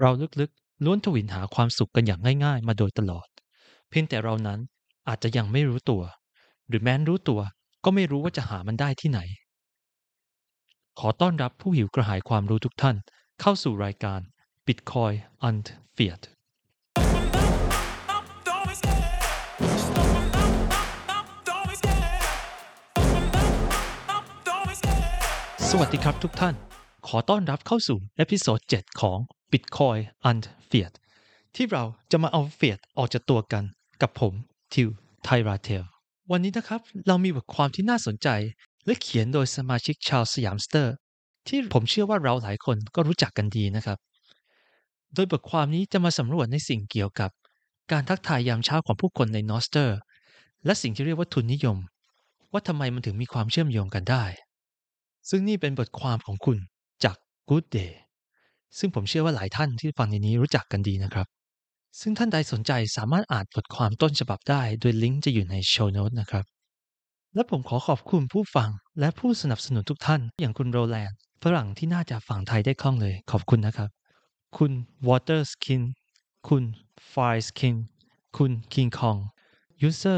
เราลึกๆล้วนทวินหาความสุขกันอย่างง่ายๆมาโดยตลอดเพียงแต่เรานั้นอาจจะยังไม่รู้ตัวหรือแม้นรู้ตัวก็ไม่รู้ว่าจะหามันได้ที่ไหนขอต้อนรับผู้หิวกระหายความรู้ทุกท่านเข้าสู่รายการ Bitcoin and Fiat สวัสดีครับทุกท่านขอต้อนรับเข้าสู่เอพิโซด7ของ Bitcoin and Fiat ที่เราจะมาเอา Fiat ออกจากตัวกันกับผมทิวไทราเทลวันนี้นะครับเรามีบทความที่น่าสนใจและเขียนโดยสมาชิกชาวสยามสเตอร์ที่ผมเชื่อว่าเราหลายคนก็รู้จักกันดีนะครับโดยบทความนี้จะมาสำรวจในสิ่งเกี่ยวกับการทักทายยามเช้าของผู้คนในนอสเตอร์และสิ่งที่เรียกว่าทุนนิยมว่าทำไมมันถึงมีความเชื่อมโยงกันได้ซึ่งนี่เป็นบทความของคุณจาก Good Day ซึ่งผมเชื่อว่าหลายท่านที่ฟังในนี้รู้จักกันดีนะครับซึ่งท่านใดสนใจสามารถอ่านบทความต้นฉบับได้โดยลิงก์จะอยู่ในโชว์โน้ตนะครับและผมขอขอบคุณผู้ฟังและผู้สนับสนุนทุกท่านอย่างคุณโรแลนด์ฝรั่งที่น่าจะฟังไทยได้คล่องเลยขอบคุณนะครับคุณ Water Skin คุณ Fire Skin คุณ King Kong User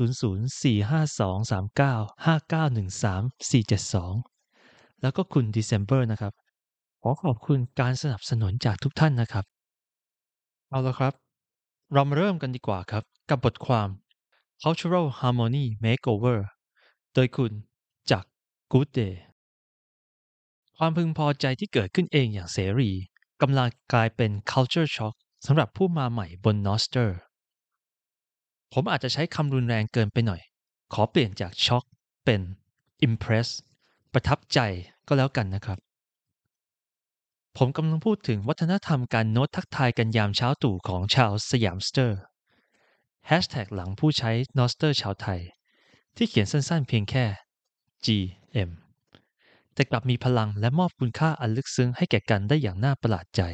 1004395913472แล้วก็คุณ December นะครับขอขอบคุณการสนับสนุนจากทุกท่านนะครับเอาละครับเรามาเริ่มกันดีกว่าครับกับบทความ Cultural Harmony Makeover โดยคุณจาก Good Day ความพึงพอใจที่เกิดขึ้นเองอย่างเสรีกำลังกลายเป็น culture shock สำหรับผู้มาใหม่บน Nostr ผมอาจจะใช้คำรุนแรงเกินไปหน่อยขอเปลี่ยนจาก shock เป็น impress ประทับใจก็แล้วกันนะครับผมกำลังพูดถึงวัฒนธรรมการโน้ตทักทายกันยามเช้าตรู่ของชาวสยามสเตอร์แฮชแท็กหลังผู้ใช้ Nostr ชาวไทยที่เขียนสั้นๆเพียงแค่ GM แต่กลับมีพลังและมอบคุณค่าอันลึกซึ้งให้แก่กันได้อย่างน่าประหลาดใจ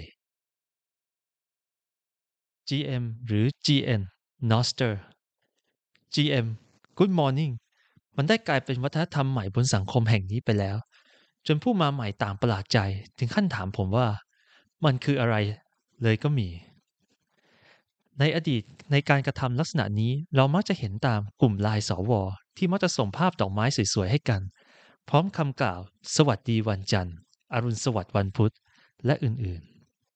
GM หรือ GN Nostr GM Good Morning มันได้กลายเป็นวัฒนธรรมใหม่บนสังคมแห่งนี้ไปแล้วจนผู้มาใหม่ต่างประหลาดใจถึงขั้นถามผมว่ามันคืออะไรเลยก็มีในอดีตในการกระทำลักษณะนี้เรามักจะเห็นตามกลุ่มไลน์สวที่มักจะส่งภาพดอกไม้สวยๆให้กันพร้อมคำกล่าวสวัสดีวันจันทร์อรุณสวัสดิ์วันพุธและอื่น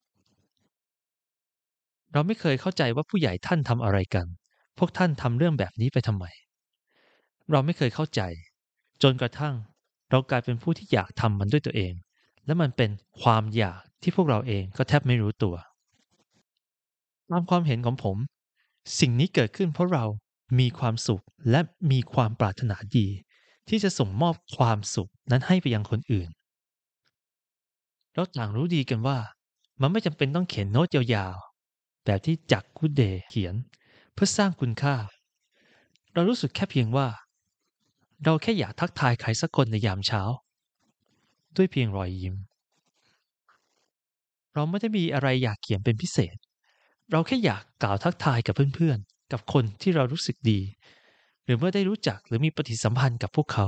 ๆเราไม่เคยเข้าใจว่าผู้ใหญ่ท่านทำอะไรกันพวกท่านทำเรื่องแบบนี้ไปทำไมเราไม่เคยเข้าใจจนกระทั่งเรากลายเป็นผู้ที่อยากทำมันด้วยตัวเองและมันเป็นความอยากที่พวกเราเองก็แทบไม่รู้ตัวตามความเห็นของผมสิ่งนี้เกิดขึ้นเพราะเรามีความสุขและมีความปรารถนาดีที่จะส่งมอบความสุขนั้นให้ไปยังคนอื่นเราต่างรู้ดีกันว่ามันไม่จำเป็นต้องเขียนโน้ตยาวๆแบบที่จักรกุเดเขียนเพื่อสร้างคุณค่าเรารู้สึกแค่เพียงว่าเราแค่อยากทักทายใครสักคนในยามเช้าด้วยเพียงรอยยิ้มเราไม่ได้มีอะไรอยากเขียนเป็นพิเศษเราแค่อยากกล่าวทักทายกับเพื่อนๆกับคนที่เรารู้สึกดีหรือเมื่อได้รู้จักหรือมีปฏิสัมพันธ์กับพวกเขา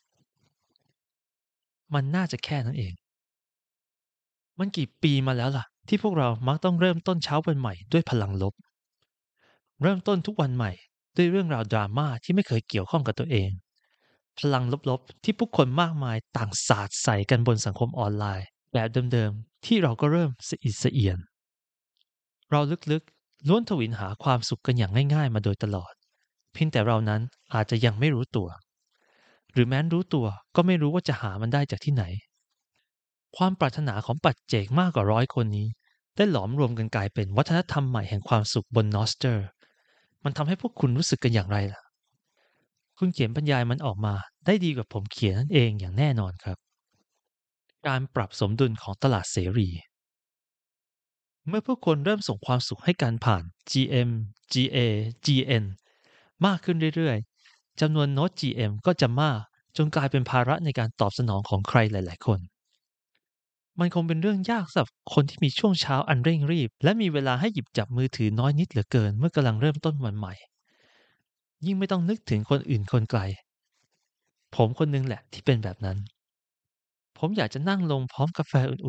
มันน่าจะแค่นั้นเองมันกี่ปีมาแล้วล่ะที่พวกเรามักต้องเริ่มต้นเช้าวันใหม่ด้วยพลังลบเริ่มต้นทุกวันใหม่ด้วยเรื่องราวดราม่าที่ไม่เคยเกี่ยวข้องกับตัวเองพลังลบๆที่ผู้คนมากมายต่างสาดใส่กันบนสังคมออนไลน์แบบเดิมๆที่เราก็เริ่มสะอิดสะเอียนเราลึกๆล้วนทวินหาความสุขกันอย่างง่ายๆมาโดยตลอดเพียงแต่เรานั้นอาจจะยังไม่รู้ตัวหรือแม้นรู้ตัวก็ไม่รู้ว่าจะหามันได้จากที่ไหนความปรารถนาของปัจเจกมากกว่า100คนนี้ได้หลอมรวมกันกลายเป็นวัฒนธรรมใหม่แห่งความสุขบนนอสเตอร์มันทำให้พวกคุณรู้สึกกันอย่างไรล่ะคุณเขียนบรรยายมันออกมาได้ดีกว่าผมเขียนนั่นเองอย่างแน่นอนครับการปรับสมดุลของตลาดเสรีเมื่อผู้คนเริ่มส่งความสุขให้การผ่าน GM GA GN มากขึ้นเรื่อยๆจำนวนโน้ต GM ก็จะมากจนกลายเป็นภาระในการตอบสนองของใครหลายๆคนมันคงเป็นเรื่องยากสำหรับคนที่มีช่วงเช้าอันเร่งรีบและมีเวลาให้หยิบจับมือถือน้อยนิดเหลือเกินเมื่อกำลังเริ่มต้นวันใหม่ยิ่งไม่ต้องนึกถึงคนอื่นคนไกลผมคนนึงแหละที่เป็นแบบนั้นผมอยากจะนั่งลงพร้อมกาแฟอุ่น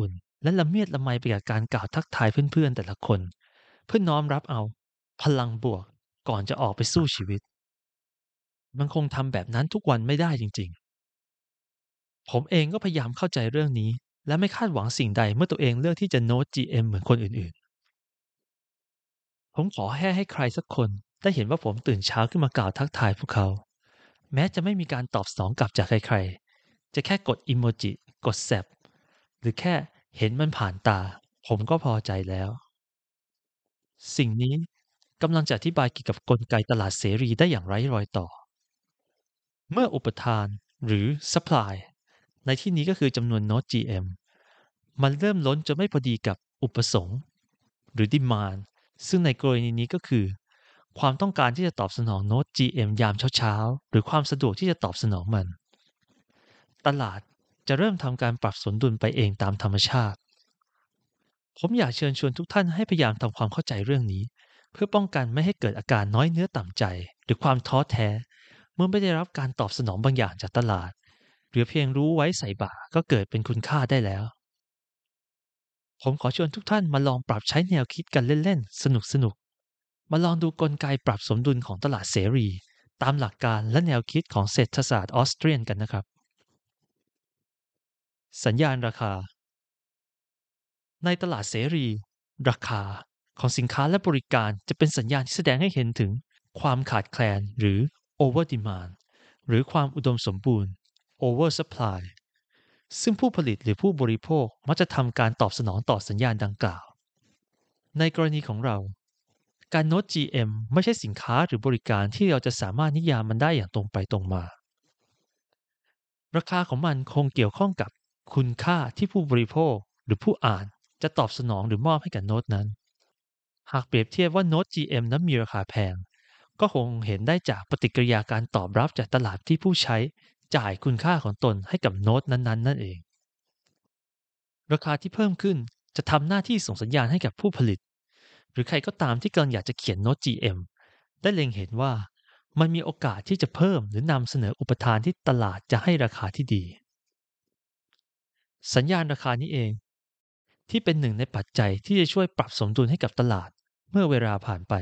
และละเมียดละไมไปกับการกล่าวทักทายเพื่อนๆแต่ละคนเพื่อน้อมรับเอาพลังบวกก่อนจะออกไปสู้ชีวิตมันคงทำแบบนั้นทุกวันไม่ได้จริงๆผมเองก็พยายามเข้าใจเรื่องนี้และไม่คาดหวังสิ่งใดเมื่อตัวเองเลือกที่จะโน้ต GM เหมือนคนอื่นๆผมขอให้ใครสักคนได้เห็นว่าผมตื่นเช้าขึ้นมากล่าวทักทายพวกเขาแม้จะไม่มีการตอบสนองกลับจากใครๆจะแค่กดอิโมจิกดแซบหรือแค่เห็นมันผ่านตาผมก็พอใจแล้ว สิ่งนี้กำลังจะอธิบายเกี่ยวกับกลไกตลาดเสรีได้อย่างไร้รอยต่อ เมื่ออุปทานหรือ supply ในที่นี้ก็คือจำนวนโน้ต GM มันเริ่มล้นจนไม่พอดีกับอุปสงค์หรือ demand ซึ่งในกรณีนี้ก็คือความต้องการที่จะตอบสนองโน้ต GM ยามเช้าๆหรือความสะดวกที่จะตอบสนองมัน ตลาดจะเริ่มทำการปรับสมดุลไปเองตามธรรมชาติ ผมอยากเชิญชวนทุกท่านให้พยายามทำความเข้าใจเรื่องนี้เพื่อป้องกันไม่ให้เกิดอาการน้อยเนื้อต่ำใจหรือความท้อแท้เมื่อไม่ได้รับการตอบสนองบางอย่างจากตลาดหรือเพียงรู้ไว้ใส่บ่าก็เกิดเป็นคุณค่าได้แล้วผมขอชวนทุกท่านมาลองปรับใช้แนวคิดกันเล่นๆสนุกๆมาลองดูกลไกปรับสมดุลของตลาดเสรีตามหลักการและแนวคิดของเศรษฐศาสตร์ออสเตรียนกันนะครับสัญญาณราคา ในตลาดเสรีราคาของสินค้าและบริการจะเป็นสัญญาณที่แสดงให้เห็นถึงความขาดแคลนหรือ over demand หรือความอุดมสมบูรณ์ over supply ซึ่งผู้ผลิตหรือผู้บริโภคมักจะทำการตอบสนองต่อสัญญาณดังกล่าวในกรณีของเราการโน้ต GM ไม่ใช่สินค้าหรือบริการที่เราจะสามารถนิยามมันได้อย่างตรงไปตรงมาราคาของมันคงเกี่ยวข้องกับคุณค่าที่ผู้บริโภคหรือผู้อ่านจะตอบสนองหรือมอบให้กับโน้ตนั้น หากเปรียบเทียบว่าโน้ต GM นั้นมีราคาแพงก็คงเห็นได้จากปฏิกิริยาการตอบรับจากตลาดที่ผู้ใช้จ่ายคุณค่าของตนให้กับโน้ตนั้นๆนั่นเองราคาที่เพิ่มขึ้นจะทำหน้าที่ส่งสัญญาณให้กับผู้ผลิตหรือใครก็ตามที่กำลังอยากจะเขียนโน้ต GM ได้เล็งเห็นว่ามันมีโอกาสที่จะเพิ่มหรือนำเสนออุปทานที่ตลาดจะให้ราคาที่ดีสัญญาณราคานี้เองที่เป็นหนึ่งในปัจจัยที่จะช่วยปรับสมดุลให้กับตลาดเมื่อเวลาผ่านไป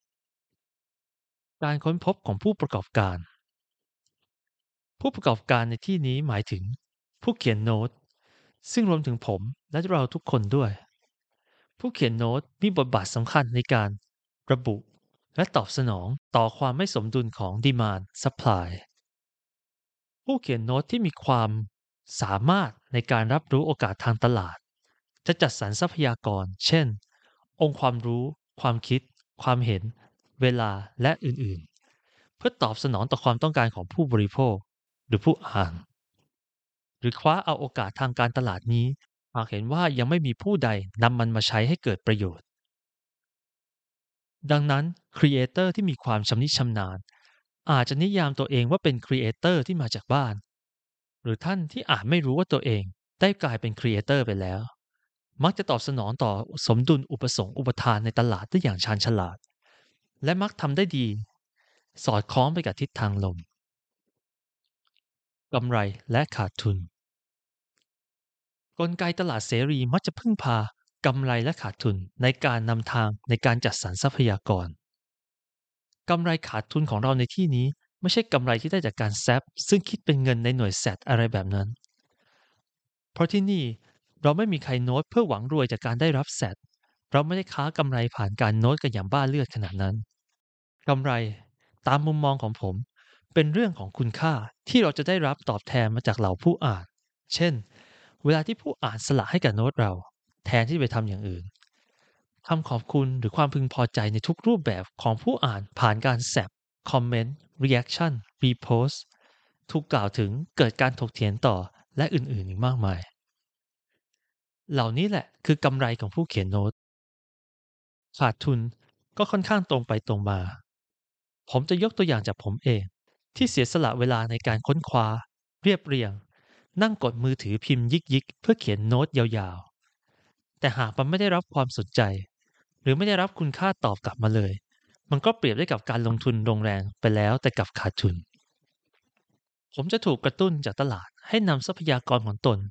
การค้นพบของผู้ประกอบการ ผู้ประกอบการในที่นี้หมายถึงผู้เขียนโน้ตซึ่งรวมถึงผมและเราทุกคนด้วย ผู้เขียนโน้ตมีบทบาทสำคัญในการระบุและตอบสนองต่อความไม่สมดุลของ Demand Supply ผู้เขียนโน้ตที่มีความสามารถในการรับรู้โอกาสทางตลาดจะจัดสรรทรัพยากรเช่นองค์ความรู้ความคิดความเห็นเวลาและอื่นๆเพื่อตอบสนองต่อความต้องการของผู้บริโภคหรือผู้อ่านหรือคว้าเอาโอกาสทางการตลาดนี้หากเห็นว่ายังไม่มีผู้ใดนำมันมาใช้ให้เกิดประโยชน์ดังนั้นครีเอเตอร์ที่มีความชำนิชำนาญอาจจะนิยามตัวเองว่าเป็นครีเอเตอร์ที่มาจากบ้าน หรือท่านที่อาจไม่รู้ว่าตัวเองได้กลายเป็นครีเอเตอร์ไปแล้วมักจะตอบสนองต่อสมดุลอุปสงค์อุปทานในตลาดได้อย่างชาญฉลาดและมักทำได้ดีสอดคล้องไปกับทิศทางลมกำไรและขาดทุนกลไกตลาดเสรีมักจะพึ่งพากำไรและขาดทุนในการนำทางในการจัดสรรทรัพยากรกำไรขาดทุนของเราในที่นี้ไม่ใช่กำไรที่ได้จากการแซปซึ่งคิดเป็นเงินในหน่วยแซดอะไรแบบนั้น เพราะที่นี่เราไม่มีใครโน้ตเพื่อหวังรวยจากการได้รับแซดเราไม่ได้ค้ากำไรผ่านการโน้ตกันอย่างบ้าเลือดขนาดนั้นกำไรตามมุมมองของผมเป็นเรื่องของคุณค่าที่เราจะได้รับตอบแทนมาจากเหล่าผู้อ่านเช่นเวลาที่ผู้อ่านสละให้กับโน้ตเราแทนที่ไปทำอย่างอื่นคำขอบคุณหรือความพึงพอใจในทุกรูปแบบของผู้อ่านผ่านการแซบคอมเมนต์รีแอคชั่นรีโพสต์ถูกกล่าวถึงเกิดการถกเถียงต่อและอื่นๆอีกมากมาย เหล่านี้แหละคือกำไรของผู้เขียนโน้ตขาดทุนก็ค่อนข้างตรงไปตรงมาผมจะยกตัวอย่างจากผมเองที่เสียสละเวลาในการค้นคว้าเรียบเรียงนั่งกดมือถือพิมพ์ยิกๆเพื่อเขียนโน้ตยาวๆแต่หากมันไม่ได้รับความสนใจหรือไม่ได้รับคุณค่าตอบกลับมาเลยมันก็เปรียบได้กับการลงทุนลงแรงไปแล้วแต่กลับขาดทุนผมจะถูกกระตุ้นจากตลาดให้นำทรัพยากรของตน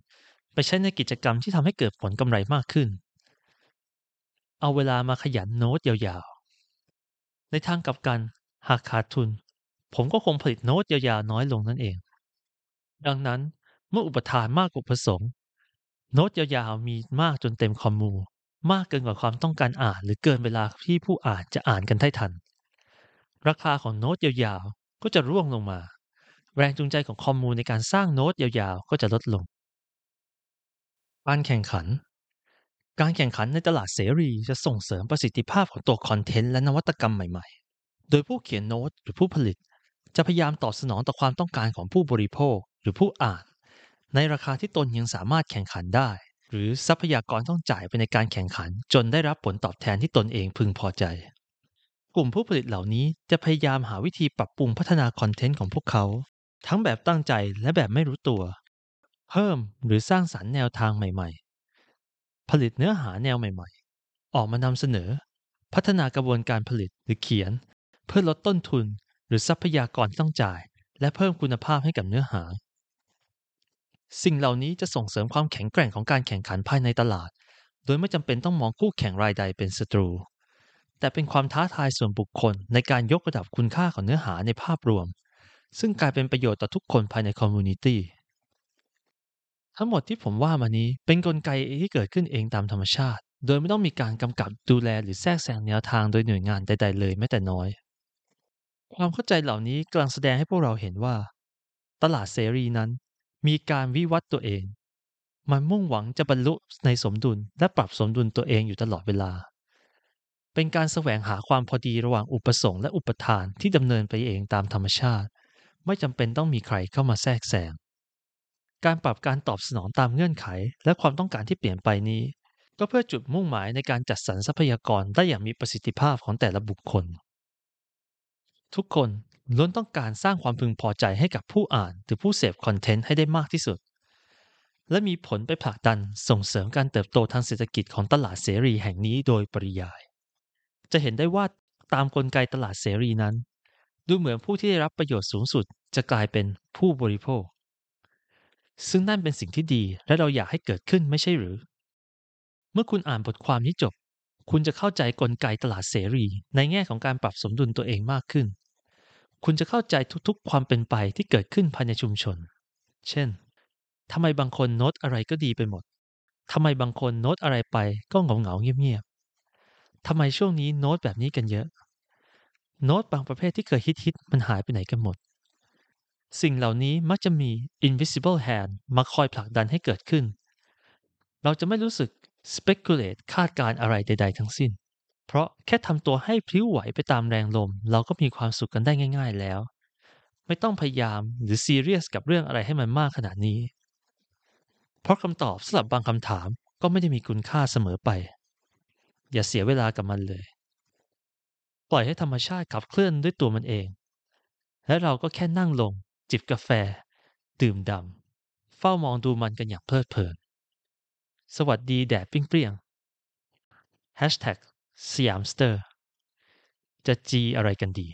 ไปใช้ในกิจกรรมที่ทำให้เกิดผลกำไรมากขึ้นเอาเวลามาขยันโน้ตยาวๆในทางกลับกันหากขาดทุนผมก็คงผลิตโน้ตยาวๆน้อยลงนั่นเองดังนั้นเมื่ออุปทานมากกว่าประสงค์โน้ตยาวๆมีมากจนเต็มคอมมูมากเกินกว่าความต้องการอ่านหรือเกินเวลาที่ผู้อ่านจะอ่านกันได้ทันราคาของโน้ตยาวๆก็จะร่วงลงมาแรงจูงใจของคอมมูในการสร้างโน้ตยาวๆก็จะลดลงการแข่งขัน การแข่งขันในตลาดเสรีจะส่งเสริมประสิทธิภาพของตัวคอนเทนต์และนวัตกรรมใหม่ๆ โดยผู้เขียนโน้ตหรือผู้ผลิตจะพยายามตอบสนองต่อความต้องการของผู้บริโภคหรือผู้อ่านในราคาที่ตนยังสามารถแข่งขันได้หรือทรัพยากรต้องจ่ายไปในการแข่งขันจนได้รับผลตอบแทนที่ตนเองพึงพอใจกลุ่มผู้ผลิตเหล่านี้จะพยายามหาวิธีปรับปรุงพัฒนาคอนเทนต์ของพวกเขาทั้งแบบตั้งใจและแบบไม่รู้ตัวเพิ่มหรือสร้างสรรค์แนวทางใหม่ๆผลิตเนื้อหาแนวใหม่ๆออกมานำเสนอพัฒนากระบวนการผลิตหรือเขียนเพื่อลดต้นทุนหรือทรัพยากรที่ต้องจ่ายและเพิ่มคุณภาพให้กับเนื้อหาสิ่งเหล่านี้จะส่งเสริมความแข็งแกร่งของการแข่งขันภายในตลาดโดยไม่จำเป็นต้องมองคู่แข่งรายใดเป็นศัตรูแต่เป็นความท้าทายส่วนบุคคลในการยกระดับคุณค่าของเนื้อหาในภาพรวมซึ่งกลายเป็นประโยชน์ต่อทุกคนภายในคอมมูนิตี้ทั้งหมดที่ผมว่ามานี้เป็นกลไกที่เกิดขึ้นเองตามธรรมชาติโดยไม่ต้องมีการกำกับดูแลหรือแทรกแซงแนวทางโดยหน่วยงานใดๆเลยแม้แต่น้อยความเข้าใจเหล่านี้กำลังแสดงให้พวกเราเห็นว่าตลาดเสรีนั้นมีการวิวัฒน์ตัวเองมันมุ่งหวังจะบรรลุในสมดุลและปรับสมดุลตัวเองอยู่ตลอดเวลาเป็นการแสวงหาความพอดีระหว่างอุปสงค์และอุปทานที่ดำเนินไปเองตามธรรมชาติไม่จำเป็นต้องมีใครเข้ามาแทรกแซง การปรับการตอบสนองตามเงื่อนไขและความต้องการที่เปลี่ยนไปนี้ก็เพื่อจุดมุ่งหมายในการจัดสรรทรัพยากรได้อย่างมีประสิทธิภาพของแต่ละบุคคลทุกคนล้วนต้องการสร้างความพึงพอใจให้กับผู้อ่านหรือผู้เสพคอนเทนต์ให้ได้มากที่สุดและมีผลไปผลักดันส่งเสริมการเติบโตทางเศรษฐกิจของตลาดเสรีแห่งนี้โดยปริยายจะเห็นได้ว่าตามกลไกตลาดเสรีนั้นดูเหมือนผู้ที่ได้รับประโยชน์สูงสุดจะกลายเป็นผู้บริโภคซึ่งนั่นเป็นสิ่งที่ดีและเราอยากให้เกิดขึ้นไม่ใช่หรือ เมื่อคุณอ่านบทความนี้จบ คุณจะเข้าใจกลไกตลาดเสรีในแง่ของการปรับสมดุลตัวเองมากขึ้น คุณจะเข้าใจทุกๆความเป็นไปที่เกิดขึ้นภายในชุมชน เช่น ทำไมบางคนโน้ตอะไรก็ดีไปหมด ทำไมบางคนโน้ตอะไรไปก็เหงาๆเงียบๆ ทำไมช่วงนี้โน้ตแบบนี้กันเยอะ โน้ตบางประเภทที่เคยฮิตๆมันหายไปไหนกันหมด สิ่งเหล่านี้มักจะมี invisible hand มาคอยผลักดันให้เกิดขึ้น เราจะไม่รู้สึก speculate คาดการณ์อะไรใดๆทั้งสิ้น เพราะแค่ทำตัวให้พลิ้วไหวไปตามแรงลมเราก็มีความสุขกันได้ง่ายๆแล้ว ไม่ต้องพยายามหรือซีเรียสกับเรื่องอะไรให้มันมากขนาดนี้ เพราะคำตอบสำหรับบางคำถามก็ไม่ได้มีคุณค่าเสมอไป อย่าเสียเวลากับมันเลย ปล่อยให้ธรรมชาติขับเคลื่อนด้วยตัวมันเอง และเราก็แค่นั่งลงจิบกาแฟดื่มด่ำเฝ้ามองดูมันกันอย่างเพลิดเพลินสวัสดีแดดเปรี้ยงๆ Hashtag สยามสเตอร์จะจีอะไรกันดี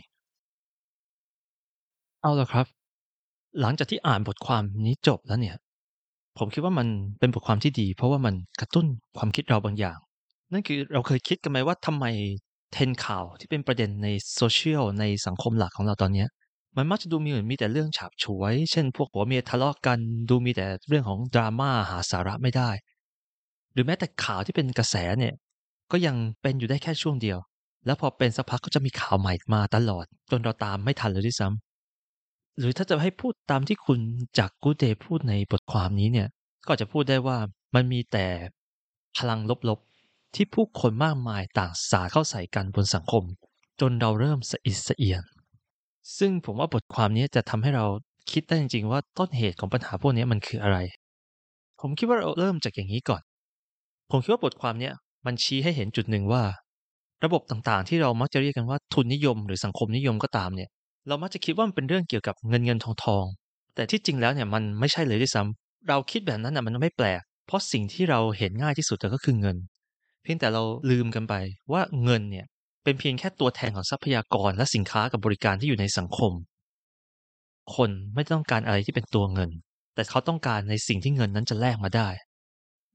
เอาล่ะครับหลังจากที่อ่านบทความนี้จบแล้วเนี่ยผมคิดว่ามันเป็นบทความที่ดีเพราะว่ามันกระตุ้นความคิดเราบางอย่างนั่นคือเราเคยคิดกันไหมว่าทำไมเทรนด์ข่าวที่เป็นประเด็นในโซเชียลในสังคมหลักของเราตอนเนี้ยมันมักจะดูเหมือนมีแต่เรื่องฉาบฉวยเช่นพวกผัวเมียทะเลาะกันดูมีแต่เรื่องของดราม่าหาสาระไม่ได้หรือแม้แต่ข่าวที่เป็นกระแสเนี่ยก็ยังเป็นอยู่ได้แค่ช่วงเดียวแล้วพอเป็นสักพักก็จะมีข่าวใหม่มาตลอดจนเราตามไม่ทันเลยด้วยซ้ำหรือถ้าจะให้พูดตามที่คุณจากกูเดย์พูดในบทความนี้เนี่ยก็จะพูดได้ว่ามันมีแต่พลังลบๆที่ผู้คนมากมายต่างสาดเข้าใส่กันบนสังคมจนเราเริ่มสะอิดสะเอียนซึ่งผมว่าบทความนี้จะทำให้เราคิดได้จริงๆว่าต้นเหตุของปัญหาพวกนี้มันคืออะไรผมคิดว่าเราเริ่มจากอย่างนี้ก่อน ผมคิดว่าบทความเนี้ยมันชี้ให้เห็นจุดหนึ่งว่าระบบต่างๆที่เรามักจะเรียกกันว่าทุนนิยมหรือสังคมนิยมก็ตามเนี่ยเรามักจะคิดว่ามันเป็นเรื่องเกี่ยวกับเงินทองแต่ที่จริงแล้วเนี่ยมันไม่ใช่เลยด้วยซ้ำเราคิดแบบนั้นน่ะมันไม่แปลกเพราะสิ่งที่เราเห็นง่ายที่สุดก็คือเงินเพียงแต่เราลืมกันไปว่าเงินเนี่ยเป็นเพียงแค่ตัวแทนของทรัพยากรและสินค้ากับบริการที่อยู่ในสังคมคนไม่ต้องการอะไรที่เป็นตัวเงินแต่เขาต้องการในสิ่งที่เงินนั้นจะแลกมาได้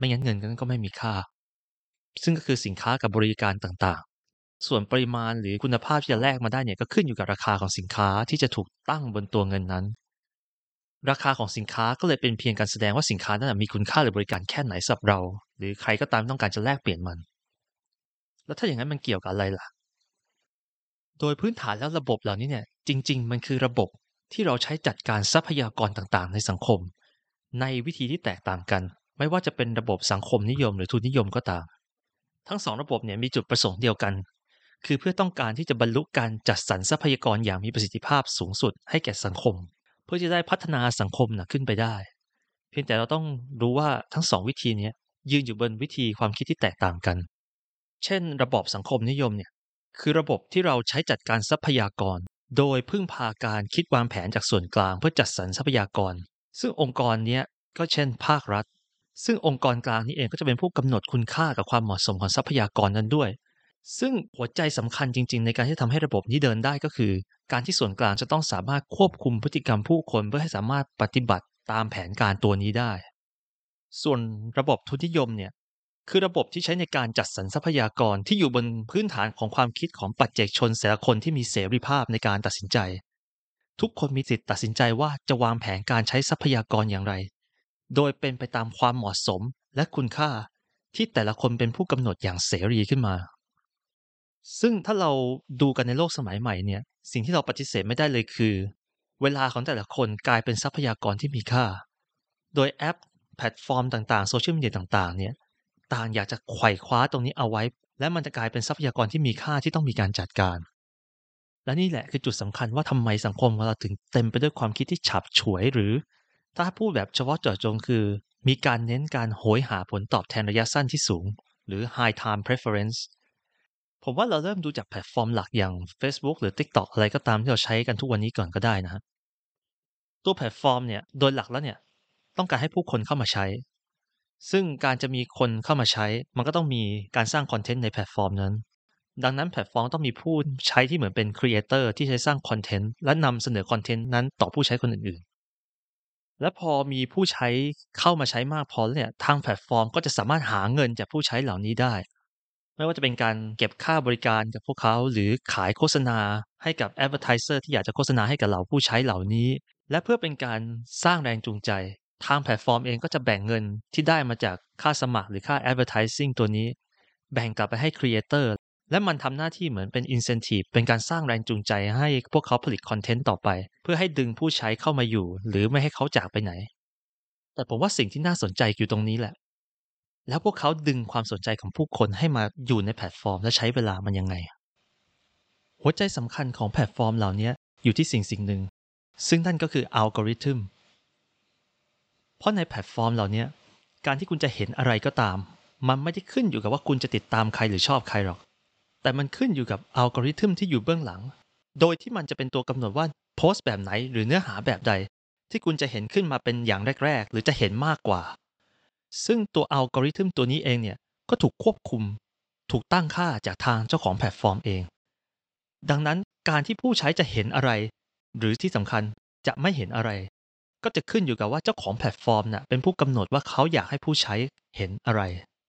ไม่งั้นเงินนั้นก็ไม่มีค่าซึ่งก็คือสินค้ากับบริการต่างๆส่วนปริมาณหรือคุณภาพที่จะแลกมาได้เนี่ยก็ขึ้นอยู่กับราคาของสินค้าที่จะถูกตั้งบนตัวเงินนั้นราคาของสินค้าก็เลยเป็นเพียงการแสดงว่าสินค้านั้นมีคุณค่าหรือบริการแค่ไหนสำหรับเราหรือใครก็ตามต้องการจะแลกเปลี่ยนมันแล้วถ้าอย่างนั้นมันเกี่ยวกับอะไรล่ะโดยพื้นฐานแล้วระบบเหล่านี้เนี่ยจริงๆมันคือระบบที่เราใช้จัดการทรัพยากรต่างๆในสังคมในวิธีที่แตกต่างกันไม่ว่าจะเป็นระบบสังคมนิยมหรือทุนนิยมก็ตามทั้งสองระบบเนี่ยมีจุดประสงค์เดียวกันคือเพื่อต้องการที่จะบรรลุการจัดสรรทรัพยากรอย่างมีประสิทธิภาพสูงสุดให้แก่สังคมเพื่อจะได้พัฒนาสังคมขึ้นไปได้เพียงแต่เราต้องรู้ว่าทั้งสองวิธีนี้ยืนอยู่บนวิธีความคิดที่แตกต่างกันเช่นระบอบสังคมนิยมเนี่ยคือระบบที่เราใช้จัดการทรัพยากรโดยพึ่งพาการคิดวางแผนจากส่วนกลางเพื่อจัดสรรทรัพยากรซึ่งองค์กรนี้ก็เช่นภาครัฐซึ่งองค์กรกลางนี้เองก็จะเป็นผู้กำหนดคุณค่ากับความเหมาะสมของทรัพยากรนั้นด้วยซึ่งหัวใจสำคัญจริงๆในการที่ทำให้ระบบนี้เดินได้ก็คือการที่ส่วนกลางจะต้องสามารถควบคุมพฤติกรรมผู้คนเพื่อให้สามารถปฏิบัติตามแผนการตัวนี้ได้ส่วนระบบทุนนิยมเนี่ยคือระบบที่ใช้ในการจัดสรรทรัพยากรที่อยู่บนพื้นฐานของความคิดของปัจเจกชนแต่ละคนที่มีเสรีภาพในการตัดสินใจทุกคนมีสิทธิ์ตัดสินใจว่าจะวางแผนการใช้ทรัพยากรอย่างไรโดยเป็นไปตามความเหมาะสมและคุณค่าที่แต่ละคนเป็นผู้กำหนดอย่างเสรีขึ้นมาซึ่งถ้าเราดูกันในโลกสมัยใหม่เนี่ยสิ่งที่เราปฏิเสธไม่ได้เลยคือเวลาของแต่ละคนกลายเป็นทรัพยากรที่มีค่าโดยแอปแพลตฟอร์มต่างๆโซเชียลมีเดียต่างๆเนี่ยต่างอยากจะไขว่คว้าตรงนี้เอาไว้และมันจะกลายเป็นทรัพยากรที่มีค่าที่ต้องมีการจัดการและนี่แหละคือจุดสำคัญว่าทำไมสังคมของเราถึงเต็มไปด้วยความคิดที่ฉับฉวยหรือถ้าพูดแบบเฉพาะเจาะจงคือมีการเน้นการโหยหาผลตอบแทนระยะสั้นที่สูงหรือ high time preference ผมว่าเราเริ่มดูจากแพลตฟอร์มหลักอย่าง Facebook หรือ TikTok อะไรก็ตามที่เราใช้กันทุกวันนี้ก่อนก็ได้นะฮะตัวแพลตฟอร์มเนี่ยโดยหลักแล้วเนี่ยต้องการให้ผู้คนเข้ามาใช้ซึ่งการจะมีคนเข้ามาใช้มันก็ต้องมีการสร้างคอนเทนต์ในแพลตฟอร์มนั้นดังนั้นแพลตฟอร์มต้องมีผู้ใช้ที่เหมือนเป็นครีเอเตอร์ที่ใช้สร้างคอนเทนต์และนำเสนอคอนเทนต์นั้นต่อผู้ใช้คนอื่นๆและพอมีผู้ใช้เข้ามาใช้มากพอแล้วเนี่ยทางแพลตฟอร์มก็จะสามารถหาเงินจากผู้ใช้เหล่านี้ได้ ไม่ว่าจะเป็นการเก็บค่าบริการกับพวกเขาหรือขายโฆษณาให้กับ advertiser ที่อยากจะโฆษณาให้กับเหล่าผู้ใช้เหล่านี้และเพื่อเป็นการสร้างแรงจูงใจทางแพลตฟอร์มเองก็จะแบ่งเงินที่ได้มาจากค่าสมัครหรือค่า advertising ตัวนี้แบ่งกลับไปให้ creator และมันทำหน้าที่เหมือนเป็น incentive เป็นการสร้างแรงจูงใจให้พวกเขาผลิตคอนเทนต์ต่อไปเพื่อให้ดึงผู้ใช้เข้ามาอยู่หรือไม่ให้เขาจากไปไหนแต่ผมว่าสิ่งที่น่าสนใจอยู่ตรงนี้แหละ แล้วพวกเขาดึงความสนใจของผู้คนให้มาอยู่ในแพลตฟอร์มและใช้เวลามันยังไงหัวใจสำคัญของแพลตฟอร์มเหล่านี้อยู่ที่สิ่งหนึ่งซึ่งนั่นก็คืออัลกอริทึมเพราะในแพลตฟอร์มเหล่านี้การที่คุณจะเห็นอะไรก็ตามมันไม่ได้ขึ้นอยู่กับว่าคุณจะติดตามใครหรือชอบใครหรอกแต่มันขึ้นอยู่กับอัลกอริทึมที่อยู่เบื้องหลังโดยที่มันจะเป็นตัวกำหนดว่าโพสต์แบบไหนหรือเนื้อหาแบบใดที่คุณจะเห็นขึ้นมาเป็นอย่างแรกๆหรือจะเห็นมากกว่าซึ่งตัวอัลกอริทึมตัวนี้เองเนี่ยก็ถูกควบคุมถูกตั้งค่าจากทางเจ้าของแพลตฟอร์มเองดังนั้นการที่ผู้ใช้จะเห็นอะไรหรือที่สำคัญจะไม่เห็นอะไรก็จะขึ้นอยู่กับว่าเจ้าของแพลตฟอร์มน่ะเป็นผู้กำหนดว่าเขาอยากให้ผู้ใช้เห็นอะไร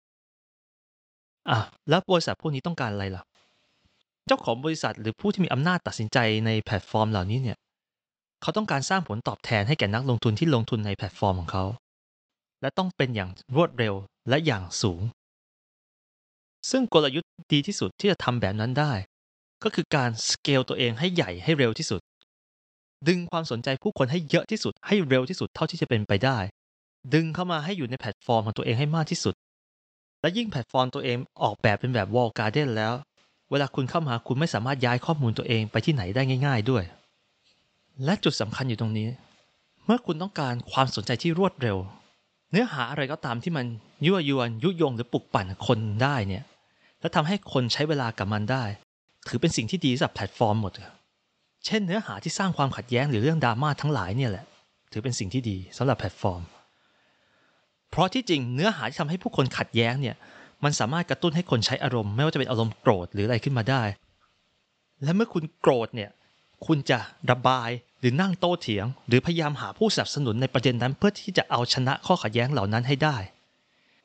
แล้วบริษัทพวกนี้ต้องการอะไรล่ะเจ้าของบริษัทหรือผู้ที่มีอำนาจตัดสินใจในแพลตฟอร์มเหล่านี้เนี่ยเขาต้องการสร้างผลตอบแทนให้แก่นักลงทุนที่ลงทุนในแพลตฟอร์มของเขาและต้องเป็นอย่างรวดเร็วและอย่างสูง ซึ่งกลยุทธ์ดีที่สุดที่จะทำแบบนั้นได้ก็คือการสเกลตัวเองให้ใหญ่ให้เร็วที่สุดดึงความสนใจผู้คนให้เยอะที่สุดให้เร็วที่สุดเท่าที่จะเป็นไปได้ดึงเข้ามาให้อยู่ในแพลตฟอร์มของตัวเองให้มากที่สุดและยิ่งแพลตฟอร์มตัวเองออกแบบเป็นแบบ wall garden แล้วเวลาคุณเข้ามาคุณไม่สามารถย้ายข้อมูลตัวเองไปที่ไหนได้ง่ายๆด้วยและจุดสำคัญอยู่ตรงนี้เมื่อคุณต้องการความสนใจที่รวดเร็วเนื้อหาอะไรก็ตามที่มันยั่วยวนยุยงหรือปลุกปั่นคนได้เนี่ยและทำให้คนใช้เวลากับมันได้ถือเป็นสิ่งที่ดีสำหรับแพลตฟอร์มหมดเช่นเนื้อหาที่สร้างความขัดแย้งหรือเรื่องดราม่าทั้งหลายเนี่ยแหละถือเป็นสิ่งที่ดีสำหรับแพลตฟอร์มเพราะที่จริงเนื้อหาที่ทำให้ผู้คนขัดแย้งเนี่ยมันสามารถกระตุ้นให้คนใช้อารมณ์ไม่ว่าจะเป็นอารมณ์โกรธหรืออะไรขึ้นมาได้และเมื่อคุณโกรธเนี่ยคุณจะระบายหรือนั่งโต้เถียงหรือพยายามหาผู้สนับสนุนในประเด็นนั้นเพื่อที่จะเอาชนะข้อขัดแย้งเหล่านั้นให้ได้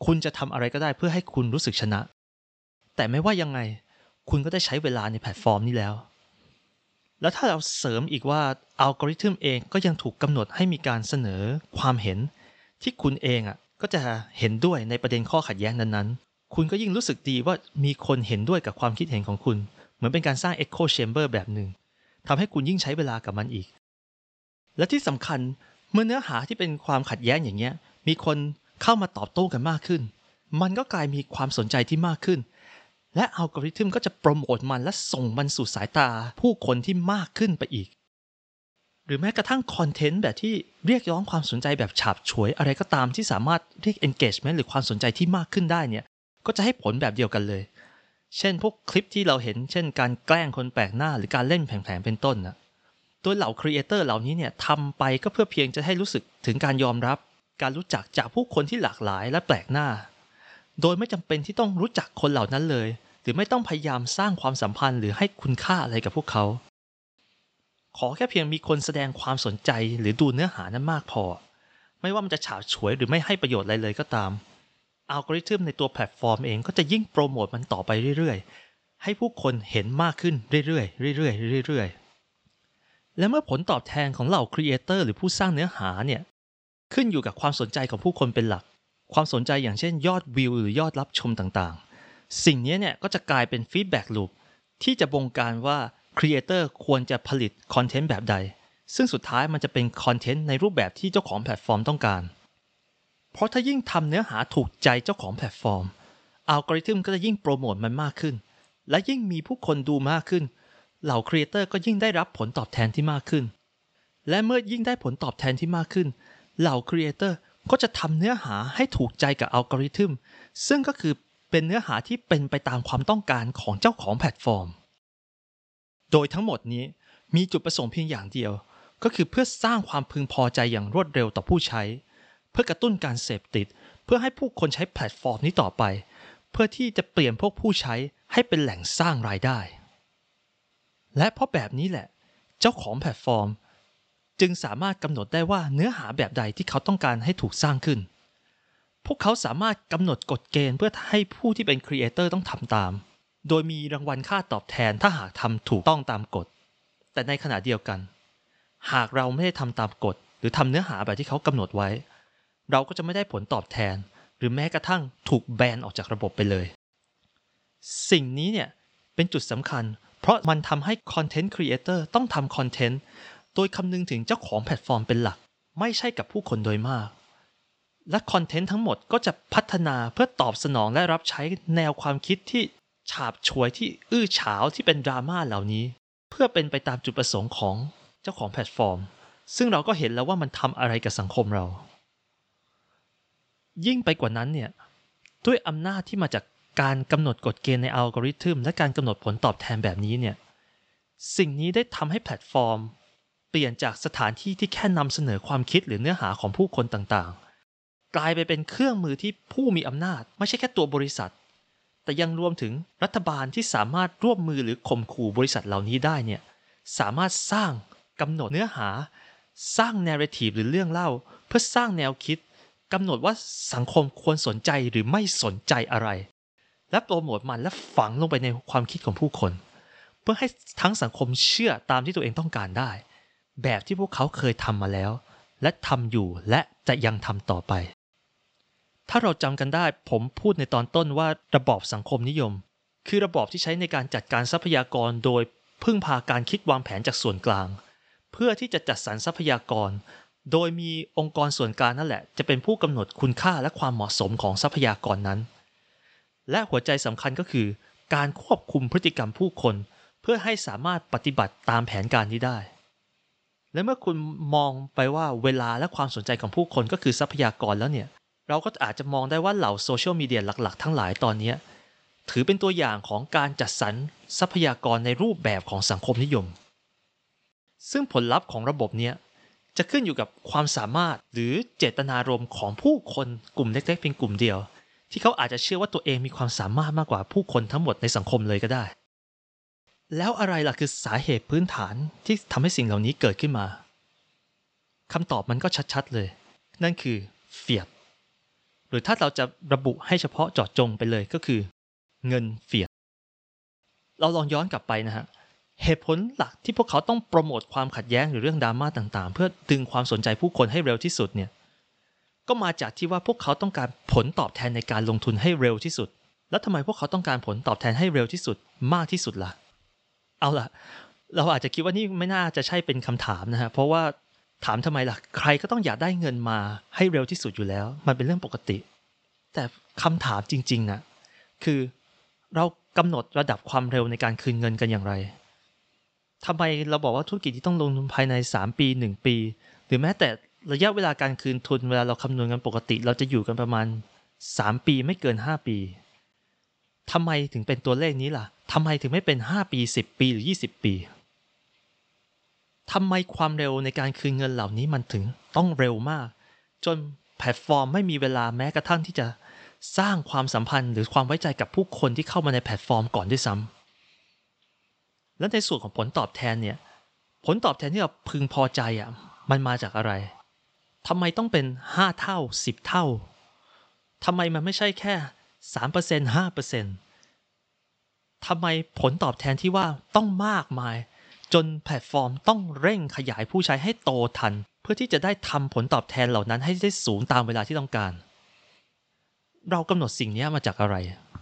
คุณจะทำอะไรก็ได้เพื่อให้คุณรู้สึกชนะแต่ไม่ว่ายังไงคุณก็ได้ใช้เวลาในแพลตฟอร์มนี้แล้วถ้าเราเสริมอีกว่าอัลกอริทึมเองก็ยังถูกกำหนดให้มีการเสนอความเห็นที่คุณเองก็จะเห็นด้วยในประเด็นข้อขัดแย้งนั้นๆคุณก็ยิ่งรู้สึกดีว่ามีคนเห็นด้วยกับความคิดเห็นของคุณเหมือนเป็นการสร้าง Echo Chamber แบบหนึ่งทำให้คุณยิ่งใช้เวลากับมันอีกและที่สำคัญเมื่อเนื้อหาที่เป็นความขัดแย้งอย่างเงี้ยมีคนเข้ามาตอบโต้กันมากขึ้นมันก็กลายมีความสนใจที่มากขึ้นและอัลกอริทึมก็จะโปรโมทมันและส่งมันสู่สายตาผู้คนที่มากขึ้นไปอีกหรือแม้กระทั่งคอนเทนต์แบบที่เรียกร้องความสนใจแบบฉาบฉวยอะไรก็ตามที่สามารถเรียก engagement หรือความสนใจที่มากขึ้นได้เนี่ยก็จะให้ผลแบบเดียวกันเลยเช่นพวกคลิปที่เราเห็นเช่นการแกล้งคนแปลกหน้าหรือการเล่นแผลงๆเป็นต้นนะโดยเหล่าครีเอเตอร์เหล่านี้เนี่ยทำไปก็เพื่อเพียงจะให้รู้สึกถึงการยอมรับการรู้จักจากผู้คนที่หลากหลายและแปลกหน้าโดยไม่จำเป็นที่ต้องรู้จักคนเหล่านั้นเลยหรือไม่ต้องพยายามสร้างความสัมพันธ์หรือให้คุณค่าอะไรกับพวกเขาขอแค่เพียงมีคนแสดงความสนใจหรือดูเนื้อหานั้นมากพอไม่ว่ามันจะฉาบฉวยหรือไม่ให้ประโยชน์อะไรเลยก็ตามอัลกอริทึมในตัวแพลตฟอร์มเองก็จะยิ่งโปรโมทมันต่อไปเรื่อยๆให้ผู้คนเห็นมากขึ้นเรื่อยๆเรื่อยๆเรื่อยๆและเมื่อผลตอบแทนของเหล่าครีเอเตอร์หรือผู้สร้างเนื้อหาเนี่ยขึ้นอยู่กับความสนใจของผู้คนเป็นหลักความสนใจอย่างเช่นยอดวิวหรือยอดรับชมต่างๆสิ่งนี้เนี่ยก็จะกลายเป็นฟีดแบ็กลูปที่จะบงการว่าครีเอเตอร์ควรจะผลิตคอนเทนต์แบบใดซึ่งสุดท้ายมันจะเป็นคอนเทนต์ในรูปแบบที่เจ้าของแพลตฟอร์มต้องการเพราะถ้ายิ่งทำเนื้อหาถูกใจเจ้าของแพลตฟอร์มอัลกอริทึมก็จะยิ่งโปรโมทมันมากขึ้นและยิ่งมีผู้คนดูมากขึ้นเหล่าครีเอเตอร์ก็ยิ่งได้รับผลตอบแทนที่มากขึ้นและเมื่อยิ่งได้ผลตอบแทนที่มากขึ้นเหล่าครีเอเตอร์ก็จะทำเนื้อหาให้ถูกใจกับอัลกอริทึมซึ่งก็คือเป็นเนื้อหาที่เป็นไปตามความต้องการของเจ้าของแพลตฟอร์มโดยทั้งหมดนี้มีจุดประสงค์เพียงอย่างเดียวก็คือเพื่อสร้างความพึงพอใจอย่างรวดเร็วต่อผู้ใช้เพื่อกระตุ้นการเสพติดเพื่อให้ผู้คนใช้แพลตฟอร์มนี้ต่อไปเพื่อที่จะเปลี่ยนพวกผู้ใช้ให้เป็นแหล่งสร้างรายได้และเพราะแบบนี้แหละเจ้าของแพลตฟอร์มจึงสามารถกำหนดได้ว่าเนื้อหาแบบใดที่เขาต้องการให้ถูกสร้างขึ้นพวกเขาสามารถกำหนดกฎเกณฑ์เพื่อให้ผู้ที่เป็นครีเอเตอร์ต้องทำตามโดยมีรางวัลค่าตอบแทนถ้าหากทำถูกต้องตามกฎแต่ในขณะเดียวกันหากเราไม่ได้ทำตามกฎหรือทำเนื้อหาแบบที่เขากำหนดไว้เราก็จะไม่ได้ผลตอบแทนหรือแม้กระทั่งถูกแบนออกจากระบบไปเลยสิ่งนี้เนี่ยเป็นจุดสำคัญเพราะมันทำให้คอนเทนต์ครีเอเตอร์ต้องทำคอนเทนต์โดยคำนึงถึงเจ้าของแพลตฟอร์มเป็นหลักไม่ใช่กับผู้คนโดยมากและคอนเทนต์ทั้งหมดก็จะพัฒนาเพื่อตอบสนองและรับใช้แนวความคิดที่ฉาบฉวยที่อื้อฉาวที่เป็นดราม่าเหล่านี้เพื่อเป็นไปตามจุดประสงค์ของเจ้าของแพลตฟอร์มซึ่งเราก็เห็นแล้วว่ามันทำอะไรกับสังคมเรายิ่งไปกว่านั้นเนี่ยด้วยอำนาจที่มาจากการกำหนดกฎเกณฑ์ในอัลกอริทึมและการกำหนดผลตอบแทนแบบนี้เนี่ยสิ่งนี้ได้ทำให้แพลตฟอร์มเปลี่ยนจากสถานที่ที่แค่นำเสนอความคิดหรือเนื้อหาของผู้คนต่างๆกลายไปเป็นเครื่องมือที่ผู้มีอำนาจไม่ใช่แค่ตัวบริษัทแต่ยังรวมถึงรัฐบาลที่สามารถร่วมมือหรือข่มขู่บริษัทเหล่านี้ได้เนี่ยสามารถสร้างกำหนดเนื้อหาสร้างแนเรทีฟหรือเรื่องเล่าเพื่อสร้างแนวคิดกำหนดว่าสังคมควรสนใจหรือไม่สนใจอะไรและโปรโมทมันและฝังลงไปในความคิดของผู้คนเพื่อให้ทั้งสังคมเชื่อตามที่ตัวเองต้องการได้แบบที่พวกเขาเคยทำมาแล้วและทำอยู่และจะยังทำต่อไปถ้าเราจำกันได้ผมพูดในตอนต้นว่าระบอบสังคมนิยมคือระบอบที่ใช้ในการจัดการทรัพยากรโดยพึ่งพาการคิดวางแผนจากส่วนกลางเพื่อที่จะจัดสรรทรัพยากรโดยมีองค์กรส่วนกลางนั่นแหละจะเป็นผู้กำหนดคุณค่าและความเหมาะสมของทรัพยากรนั้นและหัวใจสำคัญก็คือการควบคุมพฤติกรรมผู้คนเพื่อให้สามารถปฏิบัติตามแผนการนี้ได้และเมื่อคุณมองไปว่าเวลาและความสนใจของผู้คนก็คือทรัพยากรแล้วเนี่ยเราก็อาจจะมองได้ว่าเหล่าโซเชียลมีเดียหลักๆทั้งหลายตอนนี้ถือเป็นตัวอย่างของการจัดสรรทรัพยากรในรูปแบบของสังคมนิยมซึ่งผลลัพธ์ของระบบนี้จะขึ้นอยู่กับความสามารถหรือเจตนารมณ์ของผู้คนกลุ่มเล็กๆเพียงกลุ่มเดียวที่เขาอาจจะเชื่อว่าตัวเองมีความสามารถมากกว่าผู้คนทั้งหมดในสังคมเลยก็ได้แล้วอะไรล่ะคือสาเหตุพื้นฐานที่ทำให้สิ่งเหล่านี้เกิดขึ้นมาคำตอบมันก็ชัดๆเลยนั่นคือเฟียดรือถ้าเราจะระบุให้เฉพาะเจาะจงไปเลยก็คือเงินเฟียดเราลองย้อนกลับไปนะฮะเหตุผลหลักที่พวกเขาต้องโปรโมทความขัดแย้งหรือเรื่องดราม่าต่างๆเพื่อดึงความสนใจผู้คนให้เร็วที่สุดเนี่ยก็มาจากที่ว่าพวกเขาต้องการผลตอบแทนในการลงทุนให้เร็วที่สุดแล้วทำไมพวกเขาต้องการผลตอบแทนให้เร็วที่สุดมากที่สุดล่ะเอาล่ะเราอาจจะคิดว่านี่ไม่น่าจะใช่เป็นคำถามนะฮะเพราะว่าถามทำไมล่ะใครก็ต้องอยากได้เงินมาให้เร็วที่สุดอยู่แล้วมันเป็นเรื่องปกติแต่คำถามจริงๆนะคือเรากำหนดระดับความเร็วในการคืนเงินกันอย่างไรทำไมเราบอกว่าธุรกิจที่ต้องลงทุนภายใน3ปี1ปีหรือแม้แต่ระยะเวลาการคืนทุนเวลาเราคำนวณกันปกติเราจะอยู่กันประมาณ3ปีไม่เกิน5ปีทำไมถึงเป็นตัวเลขนี้ล่ะทำไมถึงไม่เป็น5ปี10ปีหรือ20ปีทำไมความเร็วในการคืนเงินเหล่านี้มันถึงต้องเร็วมากจนแพลตฟอร์มไม่มีเวลาแม้กระทั่งที่จะสร้างความสัมพันธ์หรือความไว้ใจกับผู้คนที่เข้ามาในแพลตฟอร์มก่อนด้วยซ้ำและในส่วนของผลตอบแทนเนี่ยผลตอบแทนที่เราพึงพอใจมันมาจากอะไรทำไมต้องเป็น5เท่า10เท่าทำไมมันไม่ใช่แค่ 3% 5%ทำไมผลตอบแทนที่ว่าต้องมากมายจนแพลตฟอร์มต้องเร่งขยายผู้ใช้ให้โตทันเพื่อที่จะได้ทำผลตอบแทนเหล่านั้นให้ได้สูงตามเวลาที่ต้องการเรากำหนดสิ่งนี้มาจากอะไร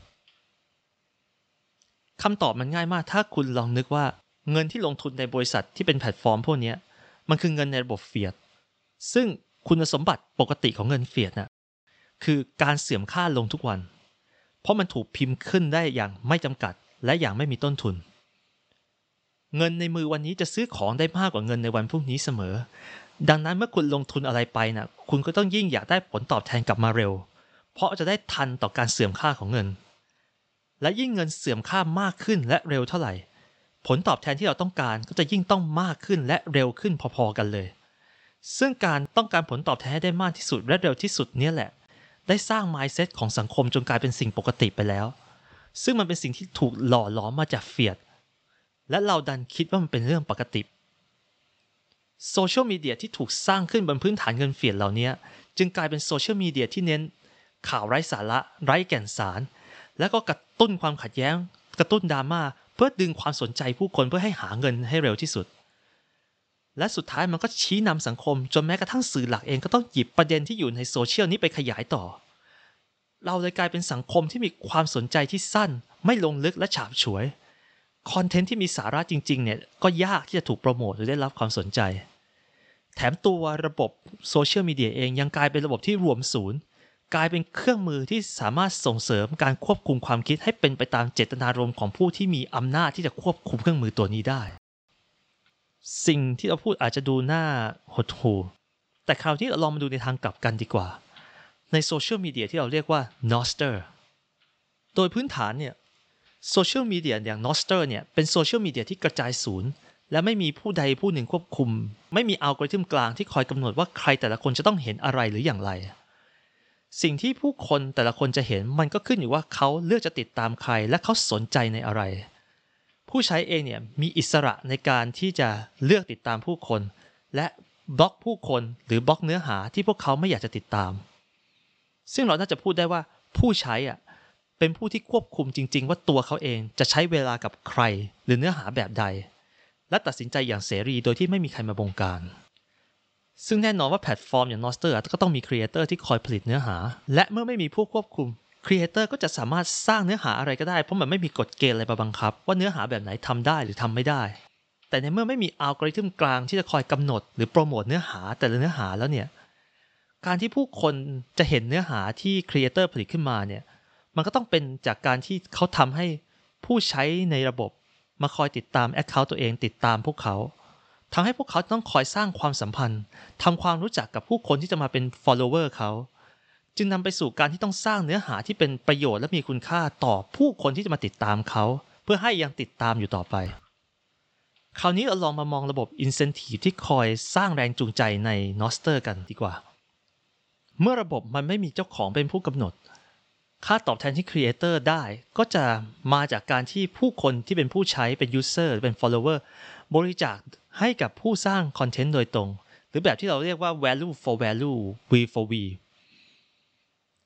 คำตอบมันง่ายมากถ้าคุณลองนึกว่าเงินที่ลงทุนในบริษัทที่เป็นแพลตฟอร์มพวกนี้มันคือเงินในระบบเฟียตซึ่งคุณสมบัติปกติของเงินเฟียตคือการเสื่อมค่าลงทุกวันเพราะมันถูกพิมพ์ขึ้นได้อย่างไม่จำกัดและอย่างไม่มีต้นทุนเงินในมือวันนี้จะซื้อของได้มากกว่าเงินในวันพรุ่งนี้เสมอดังนั้นเมื่อคุณลงทุนอะไรไปคุณก็ต้องยิ่งอยากได้ผลตอบแทนกลับมาเร็วเพราะจะได้ทันต่อการเสื่อมค่าของเงินและยิ่งเงินเสื่อมค่ามากขึ้นและเร็วเท่าไหร่ผลตอบแทนที่เราต้องการก็จะยิ่งต้องมากขึ้นและเร็วขึ้นพอๆกันเลยซึ่งการต้องการผลตอบแทนให้ได้มากที่สุดและเร็วที่สุดเนี่ยแหละได้สร้าง mindset ของสังคมจนกลายเป็นสิ่งปกติไปแล้วซึ่งมันเป็นสิ่งที่ถูกหล่อหลอมมาจากเฟียตและเราดันคิดว่ามันเป็นเรื่องปกติโซเชียลมีเดียที่ถูกสร้างขึ้นบนพื้นฐานเงินเฟียตเหล่านี้จึงกลายเป็นโซเชียลมีเดียที่เน้นข่าวไร้สาระไร้แก่นสารและก็กระตุ้นความขัดแย้งกระตุ้นดราม่าเพื่อดึงความสนใจผู้คนเพื่อให้หาเงินให้เร็วที่สุดและสุดท้ายมันก็ชี้นำสังคมจนแม้กระทั่งสื่อหลักเองก็ต้องหยิบประเด็นที่อยู่ในโซเชียลนี้ไปขยายต่อเราเลยกลายเป็นสังคมที่มีความสนใจที่สั้นไม่ลงลึกและฉาบฉวยคอนเทนต์ที่มีสาระจริงๆเนี่ยก็ยากที่จะถูกโปรโมทหรือได้รับความสนใจแถมตัวระบบโซเชียลมีเดียเองยังกลายเป็นระบบที่รวมศูนย์กลายเป็นเครื่องมือที่สามารถส่งเสริมการควบคุมความคิดให้เป็นไปตามเจตนารมณ์ของผู้ที่มีอำนาจที่จะควบคุมเครื่องมือตัวนี้ได้สิ่งที่เราพูดอาจจะดูน่าหดหู่แต่คราวนี้เราลองมาดูในทางกลับกันดีกว่าในโซเชียลมีเดียที่เราเรียกว่า Nostr โดยพื้นฐานเนี่ยโซเชียลมีเดียอย่าง Nostr เนี่ยเป็นโซเชียลมีเดียที่กระจายศูนย์และไม่มีผู้ใดผู้หนึ่งควบคุมไม่มีอัลกอริทึมกลางที่คอยกำหนดว่าใครแต่ละคนจะต้องเห็นอะไรหรืออย่างไรสิ่งที่ผู้คนแต่ละคนจะเห็นมันก็ขึ้นอยู่ว่าเขาเลือกจะติดตามใครและเขาสนใจในอะไรผู้ใช้เองเนี่ยมีอิสระในการที่จะเลือกติดตามผู้คนและบล็อกผู้คนหรือบล็อกเนื้อหาที่พวกเขาไม่อยากจะติดตามซึ่งเราน่าจะพูดได้ว่าผู้ใช้เป็นผู้ที่ควบคุมจริงๆว่าตัวเขาเองจะใช้เวลากับใครหรือเนื้อหาแบบใดและตัดสินใจอย่างเสรีโดยที่ไม่มีใครมาบงการซึ่งแน่นอนว่าแพลตฟอร์มอย่าง Nostr ก็ต้องมีครีเอเตอร์ที่คอยผลิตเนื้อหาและเมื่อไม่มีผู้ควบคุมครีเอเตอร์ก็จะสามารถสร้างเนื้อหาอะไรก็ได้เพราะมันไม่มีกฎเกณฑ์อะไรมาบังคับว่าเนื้อหาแบบไหนทำได้หรือทำไม่ได้แต่ในเมื่อไม่มีอัลกอริทึมกลางที่จะคอยกำหนดหรือโปรโมทเนื้อหาแต่ละเนื้อหาแล้วเนี่ยการที่ผู้คนจะเห็นเนื้อหาที่ครีเอเตอร์ผลิตขึ้นมาเนี่ยมันก็ต้องเป็นจากการที่เขาทำให้ผู้ใช้ในระบบมาคอยติดตาม Account ตัวเองติดตามพวกเขาทำให้พวกเขาต้องคอยสร้างความสัมพันธ์ทำความรู้จักกับผู้คนที่จะมาเป็น follower เขาจึงนำไปสู่การที่ต้องสร้างเนื้อหาที่เป็นประโยชน์และมีคุณค่าต่อผู้คนที่จะมาติดตามเขาเพื่อให้ยังติดตามอยู่ต่อไปคราวนี้เราลองมามองระบบ incentive ที่คอยสร้างแรงจูงใจใน Nostr กันดีกว่าเมื่อระบบมันไม่มีเจ้าของเป็นผู้กำหนดค่าตอบแทนที่ Creator ได้ก็จะมาจากการที่ผู้คนที่เป็นผู้ใช้เป็น User เป็น Follower บริจาคให้กับผู้สร้างคอนเทนต์โดยตรงหรือแบบที่เราเรียกว่า value for value V for V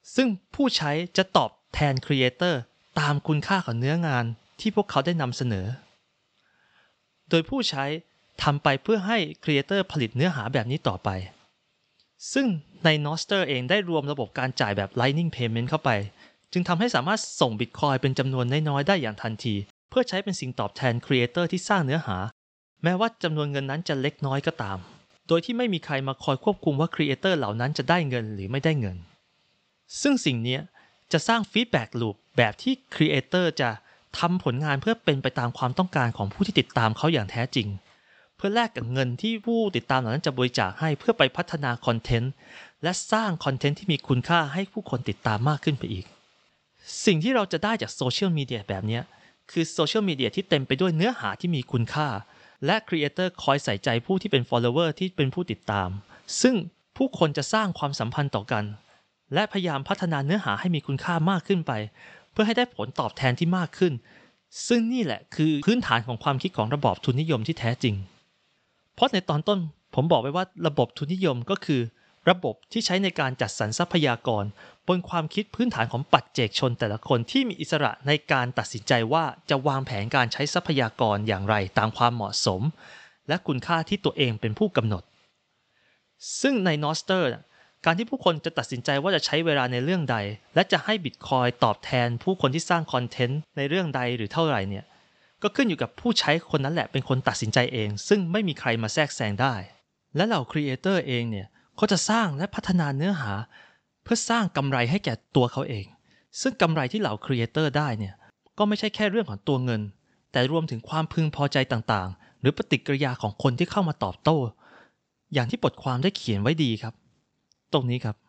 ซึ่งผู้ใช้จะตอบแทนครีเอเตอร์ตามคุณค่าของเนื้องานที่พวกเขาได้นำเสนอโดยผู้ใช้ทำไปเพื่อให้ครีเอเตอร์ผลิตเนื้อหาแบบนี้ต่อไปซึ่งใน Nostr เองได้รวมระบบการจ่ายแบบ Lightning Payment เข้าไปจึงทำให้สามารถส่ง Bitcoin เป็นจำนวนน้อยๆได้อย่างทันทีเพื่อใช้เป็นสิ่งตอบแทนครีเอเตอร์ที่สร้างเนื้อหาแม้ว่าจำนวนเงินนั้นจะเล็กน้อยก็ตามโดยที่ไม่มีใครมาคอยควบคุมว่าครีเอเตอร์เหล่านั้นจะได้เงินหรือไม่ได้เงินซึ่งสิ่งนี้จะสร้าง Feedback Loop แบบที่ครีเอเตอร์จะทำผลงานเพื่อเป็นไปตามความต้องการของผู้ที่ติดตามเขาอย่างแท้จริงเพื่อแลกกับเงินที่ผู้ติดตามเหล่านั้นจะบริจาคให้เพื่อไปพัฒนาคอนเทนต์และสร้างคอนเทนต์ที่มีคุณค่าให้ผู้คนติดตามมากขึ้นไปอีกสิ่งที่เราจะได้จากโซเชียลมีเดียแบบนี้คือโซเชียลมีเดียที่เต็มไปด้วยเนื้อหาที่มีคุณค่าและครีเอเตอร์คอยใส่ใจผู้ที่เป็น follower ที่เป็นผู้ติดตามซึ่งผู้คนจะสร้างความสัมพันธ์ต่อกันและพยายามพัฒนาเนื้อหาให้มีคุณค่ามากขึ้นไปเพื่อให้ได้ผลตอบแทนที่มากขึ้นซึ่งนี่แหละคือพื้นฐานของความคิดของระบอบทุนนิยมที่แท้จริงเพราะในตอนต้นผมบอกไว้ว่าระบบทุนนิยมก็คือระบบที่ใช้ในการจัดสรรทรัพยากรบนความคิดพื้นฐานของปัจเจกชนแต่ละคนที่มีอิสระในการตัดสินใจว่าจะวางแผนการใช้ทรัพยากรอย่างไรตามความเหมาะสมและคุณค่าที่ตัวเองเป็นผู้กำหนดซึ่งใน Nostr การที่ผู้คนจะตัดสินใจว่าจะใช้เวลาในเรื่องใดและจะให้บิตคอยตอบแทนผู้คนที่สร้างคอนเทนต์ในเรื่องใดหรือเท่าไหร่เนี่ยก็ขึ้นอยู่กับผู้ใช้คนนั้นแหละเป็นคนตัดสินใจเองซึ่งไม่มีใครมาแทรกแซงได้และเหล่าครีเอเตอร์เองเนี่ยเขาจะสร้างและพัฒนาเนื้อหาเพื่อสร้างกำไรให้แก่ตัวเขาเองซึ่งกำไรที่เหล่าครีเอเตอร์ได้เนี่ยก็ไม่ใช่แค่เรื่องของตัวเงินแต่รวมถึงความพึงพอใจต่างๆหรือปฏิกิริยาของคนที่เข้ามาตอบโต้อย่างที่บทความได้เขียนไว้ดีครับตรงนี้ครับ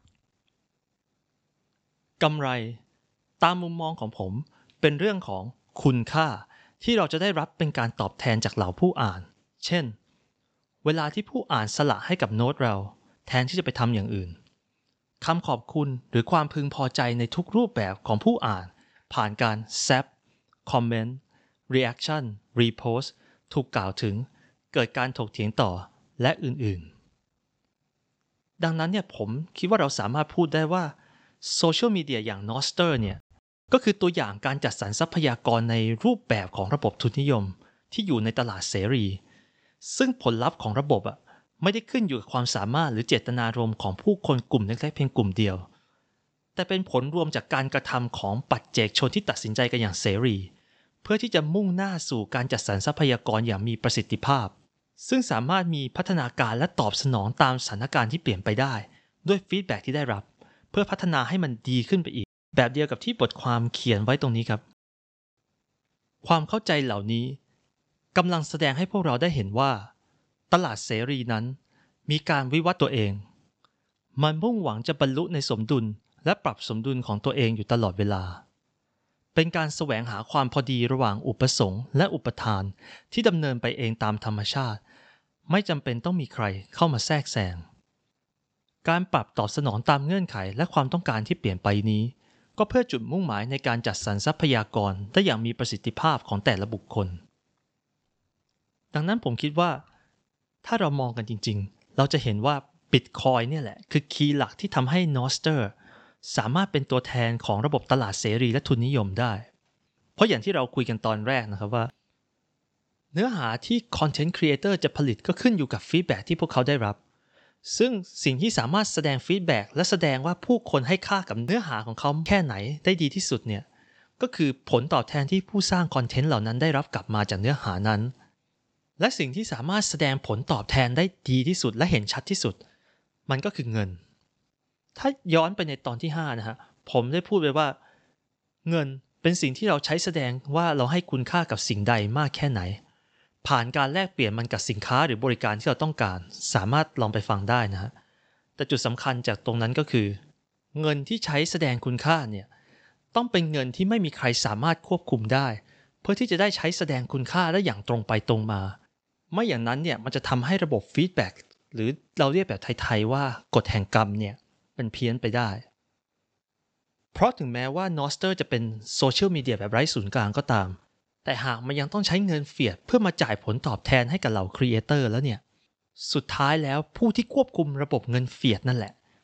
กำไรตามมุมมองของผมเป็นเรื่องของคุณค่าที่เราจะได้รับเป็นการตอบแทนจากเหล่าผู้อ่านเช่นเวลาที่ผู้อ่านสละให้กับโน้ตเราแทนที่จะไปทำอย่างอื่นคำขอบคุณหรือความพึงพอใจในทุกรูปแบบของผู้อ่านผ่านการแซปคอมเมนต์รีแอคชั่นรีโพสต์ถูกกล่าวถึงเกิดการถกเถียงต่อและอื่นๆดังนั้นเนี่ยผมคิดว่าเราสามารถพูดได้ว่าโซเชียลมีเดียอย่าง Nostr เนี่ยก็คือตัวอย่างการจัดสรรทรัพยากรในรูปแบบของระบบทุนนิยมที่อยู่ในตลาดเสรีซึ่งผลลัพธ์ของระบบไม่ได้ขึ้นอยู่กับความสามารถหรือเจตนารมณ์ของผู้คนกลุ่มเล็กๆเพียงกลุ่มเดียวแต่เป็นผลรวมจากการกระทำของปัจเจกชนที่ตัดสินใจกันอย่างเสรีเพื่อที่จะมุ่งหน้าสู่การจัดสรรทรัพยากรอย่างมีประสิทธิภาพซึ่งสามารถมีพัฒนาการและตอบสนองตามสถานการณ์ที่เปลี่ยนไปได้ด้วยฟีดแบ็กที่ได้รับเพื่อพัฒนาให้มันดีขึ้นไปอีกแบบเดียวกับที่บทความเขียนไว้ตรงนี้ครับความเข้าใจเหล่านี้กำลังแสดงให้พวกเราได้เห็นว่าตลาดเสรีนั้นมีการวิวัฒน์ตัวเองมันมุ่งหวังจะบรรลุในสมดุลและปรับสมดุลของตัวเองอยู่ตลอดเวลาเป็นการแสวงหาความพอดีระหว่างอุปสงค์และอุปทานที่ดำเนินไปเองตามธรรมชาติไม่จำเป็นต้องมีใครเข้ามาแทรกแซงการปรับตอบสนองตามเงื่อนไขและความต้องการที่เปลี่ยนไปนี้ก็เพื่อจุดมุ่งหมายในการจัดสรรทรัพยากรได้อย่างมีประสิทธิภาพของแต่ละบุคคลดังนั้นผมคิดว่าถ้าเรามองกันจริงๆเราจะเห็นว่า Bitcoin เนี่ยแหละคือคีย์หลักที่ทำให้ Nostr สามารถเป็นตัวแทนของระบบตลาดเสรีและทุนนิยมได้เพราะอย่างที่เราคุยกันตอนแรกนะครับว่าเนื้อหาที่ Content Creator จะผลิตก็ขึ้นอยู่กับฟีดแบ็กที่พวกเขาได้รับซึ่งสิ่งที่สามารถแสดงฟีดแบ็กและแสดงว่าผู้คนให้ค่ากับเนื้อหาของเขาแค่ไหนได้ดีที่สุดเนี่ยก็คือผลตอบแทนที่ผู้สร้างคอนเทนต์เหล่านั้นได้รับกลับมาจากเนื้อหานั้นและสิ่งที่สามารถแสดงผลตอบแทนได้ดีที่สุดและเห็นชัดที่สุดมันก็คือเงินถ้าย้อนไปในตอนที่5นะฮะผมได้พูดไปว่าเงินเป็นสิ่งที่เราใช้แสดงว่าเราให้คุณค่ากับสิ่งใดมากแค่ไหนผ่านการแลกเปลี่ยนมันกับสินค้าหรือบริการที่เราต้องการสามารถลองไปฟังได้นะฮะแต่จุดสำคัญจากตรงนั้นก็คือเงินที่ใช้แสดงคุณค่าเนี่ยต้องเป็นเงินที่ไม่มีใครสามารถควบคุมได้เพื่อที่จะได้ใช้แสดงคุณค่าได้อย่างตรงไปตรงมาไม่อย่างนั้นเนี่ยมันจะทำให้ระบบฟีดแบ็กหรือเราเรียกแบบไทยๆว่ากฎแห่งกรรมเนี่ยเป็นเพี้ยนไปได้เพราะถึงแม้ว่า Nostr จะเป็นโซเชียลมีเดียแบบไร้ศูนย์กลางก็ตามแต่หากมันยังต้องใช้เงินเฟียดเพื่อมาจ่ายผลตอบแทนให้กับเหล่าครีเอเตอร์แล้วเนี่ยสุดท้ายแล้วผู้ที่ควบคุมระบบเงินเฟียดนั่นแหละ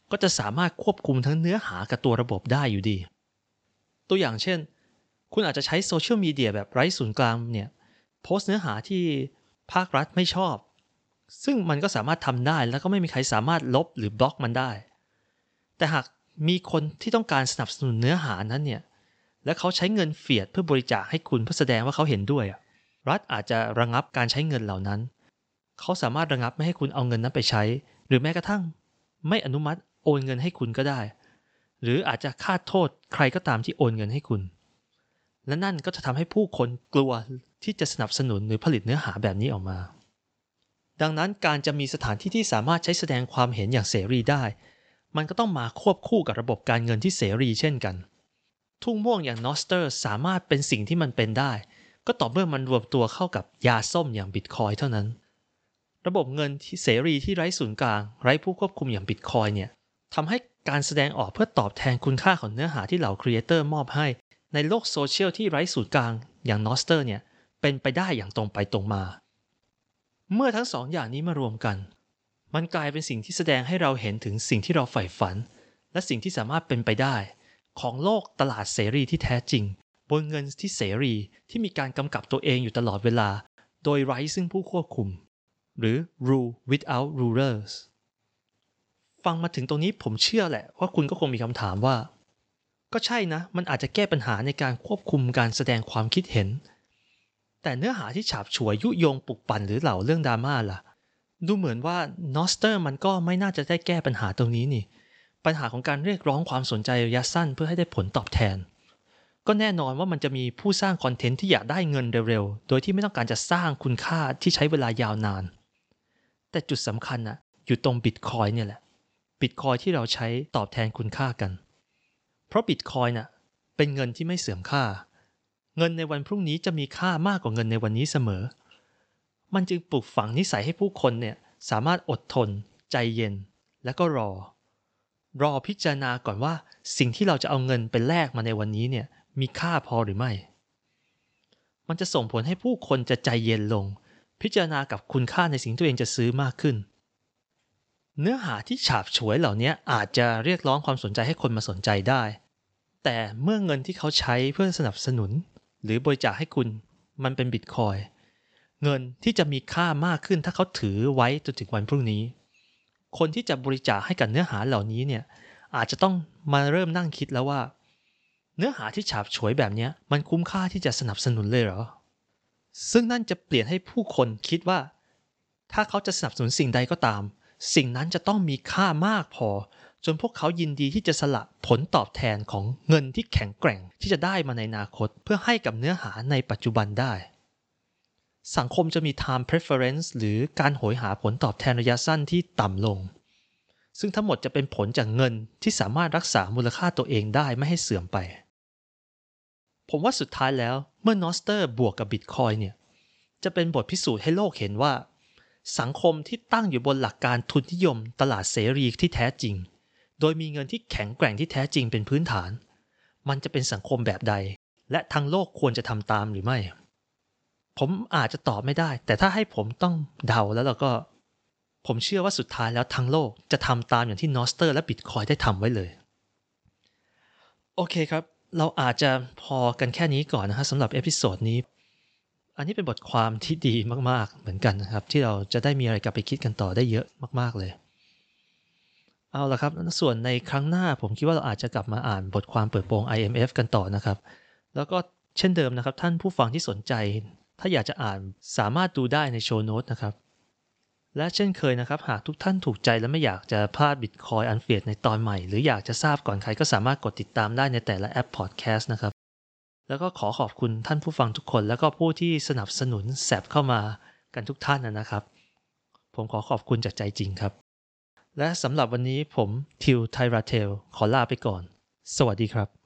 ก็จะสามารถควบคุมทั้งเนื้อหากับตัวระบบได้อยู่ดีตัวอย่างเช่นคุณอาจจะใช้โซเชียลมีเดียแบบไร้ศูนย์กลางเนี่ยโพสต์เนื้อหาที่ภาครัฐไม่ชอบซึ่งมันก็สามารถทำได้แล้วก็ไม่มีใครสามารถลบหรือบล็อกมันได้แต่หากมีคนที่ต้องการสนับสนุนเนื้อหานั้นเนี่ยและเขาใช้เงินเฟียดเพื่อบริจาคให้คุณเพื่อแสดงว่าเขาเห็นด้วยรัฐอาจจะระงับการใช้เงินเหล่านั้นเขาสามารถระงับไม่ให้คุณเอาเงินนั้นไปใช้หรือแม้กระทั่งไม่อนุมัติโอนเงินให้คุณก็ได้หรืออาจจะฆาตโทษใครก็ตามที่โอนเงินให้คุณและนั่นก็จะทำให้ผู้คนกลัวที่จะสนับสนุนหรือผลิตเนื้อหาแบบนี้ออกมาดังนั้นการจะมีสถานที่ที่สามารถใช้แสดงความเห็นอย่างเสรีได้มันก็ต้องมาควบคู่กับระบบการเงินที่เสรีเช่นกันทุ่งม่วงอย่าง Nostr สามารถเป็นสิ่งที่มันเป็นได้ก็ต่อเมื่อมันรวมตัวเข้ากับยาส้มอย่าง Bitcoin เท่านั้นระบบเงินที่เสรีที่ไร้ศูนย์กลางไร้ผู้ควบคุมอย่าง Bitcoin เนี่ยทำให้การแสดงออกเพื่อตอบแทนคุณค่าของเนื้อหาที่เหล่าครีเอเตอร์มอบให้ในโลกโซเชียลที่ไร้ศูนย์กลางอย่าง Nostr เนี่ยเป็นไปได้อย่างตรงไปตรงมาเมื่อทั้งสองอย่างนี้มารวมกันมันกลายเป็นสิ่งที่แสดงให้เราเห็นถึงสิ่งที่เราใฝ่ฝันและสิ่งที่สามารถเป็นไปได้ของโลกตลาดเสรีที่แท้จริงบนเงินที่เสรีที่มีการกำกับตัวเองอยู่ตลอดเวลาโดยไร้ซึ่งผู้ควบคุมหรือ rule without rulers ฟังมาถึงตรงนี้ผมเชื่อแหละว่าคุณก็คงมีคำถามว่าก็ใช่นะมันอาจจะแก้ปัญหาในการควบคุมการแสดงความคิดเห็นแต่เนื้อหาที่ฉาบฉวยยุยงปลุกปั่นหรือเหล่าเรื่องดราม่าล่ะดูเหมือนว่า Nostr มันก็ไม่น่าจะได้แก้ปัญหาตรงนี้นี่ปัญหาของการเรียกร้องความสนใจระยะสั้นเพื่อให้ได้ผลตอบแทนก็แน่นอนว่ามันจะมีผู้สร้างคอนเทนต์ที่อยากได้เงินเร็วๆโดยที่ไม่ต้องการจะสร้างคุณค่าที่ใช้เวลายาวนานแต่จุดสำคัญน่ะอยู่ตรง Bitcoin เนี่ยแหละ Bitcoin ที่เราใช้ตอบแทนคุณค่ากันเพราะ Bitcoin น่ะเป็นเงินที่ไม่เสื่อมค่าเงินในวันพรุ่งนี้จะมีค่ามากกว่าเงินในวันนี้เสมอมันจึงปลูกฝังนิสัยให้ผู้คนเนี่ยสามารถอดทนใจเย็นและก็รอพิจารณาก่อนว่าสิ่งที่เราจะเอาเงินไปแลกมาในวันนี้เนี่ยมีค่าพอหรือไม่มันจะส่งผลให้ผู้คนจะใจเย็นลงพิจารณากับคุณค่าในสิ่งที่ตัวเองจะซื้อมากขึ้นเนื้อหาที่ฉาบฉวยเหล่านี้อาจจะเรียกร้องความสนใจให้คนมาสนใจได้แต่เมื่อเงินที่เขาใช้เพื่อสนับสนุนหรือบริจาคให้คุณมันเป็นบิตคอยน์เงินที่จะมีค่ามากขึ้นถ้าเขาถือไว้จนถึงวันพรุ่งนี้คนที่จะบริจาคให้กับเนื้อหาเหล่านี้เนี่ยอาจจะต้องมาเริ่มนั่งคิดแล้วว่าเนื้อหาที่ฉาบฉวยแบบนี้มันคุ้มค่าที่จะสนับสนุนเลยเหรอซึ่งนั่นจะเปลี่ยนให้ผู้คนคิดว่าถ้าเขาจะสนับสนุนสิ่งใดก็ตามสิ่งนั้นจะต้องมีค่ามากพอจนพวกเขายินดีที่จะสละผลตอบแทนของเงินที่แข็งแกร่งที่จะได้มาในอนาคตเพื่อให้กับเนื้อหาในปัจจุบันได้สังคมจะมี time preference หรือการโหยหาผลตอบแทนระยะสั้นที่ต่ำลงซึ่งทั้งหมดจะเป็นผลจากเงินที่สามารถรักษามูลค่าตัวเองได้ไม่ให้เสื่อมไปผมว่าสุดท้ายแล้วเมื่อ Nostr บวกกับ Bitcoin เนี่ยจะเป็นบทพิสูจน์ให้โลกเห็นว่าสังคมที่ตั้งอยู่บนหลักการทุนนิยมตลาดเสรีที่แท้จริงโดยมีเงินที่แข็งแกร่งที่แท้จริงเป็นพื้นฐานมันจะเป็นสังคมแบบใดและทั้งโลกควรจะทำตามหรือไม่ผมอาจจะตอบไม่ได้แต่ถ้าให้ผมต้องเดาแล้วเราก็ผมเชื่อว่าสุดท้ายแล้วทั้งโลกจะทำตามอย่างที่ Nostr และ Bitcoin ได้ทำไว้เลยโอเคครับเราอาจจะพอกันแค่นี้ก่อนนะฮะสำหรับเอพิโซดนี้อันนี้เป็นบทความที่ดีมากๆเหมือนกันนะครับที่เราจะได้มีอะไรกลับไปคิดกันต่อได้เยอะมากๆเลยเอาล่ะครับส่วนในครั้งหน้าผมคิดว่าเราอาจจะกลับมาอ่านบทความเปิดโปง IMF กันต่อนะครับแล้วก็เช่นเดิมนะครับท่านผู้ฟังที่สนใจถ้าอยากจะอ่านสามารถดูได้ในโชว์โน้ตนะครับและเช่นเคยนะครับหากทุกท่านถูกใจและไม่อยากจะพลาด Bitcoin Unfiltered ในตอนใหม่หรืออยากจะทราบก่อนใครก็สามารถกดติดตามได้ในแต่ละแอป Podcast นะครับแล้วก็ขอขอบคุณท่านผู้ฟังทุกคนแล้วก็ผู้ที่สนับสนุนแสบเข้ามากันทุกท่านนะครับผมขอขอบคุณจากใจจริงครับและสำหรับวันนี้ผมทิวไทราเทลขอลาไปก่อนสวัสดีครับ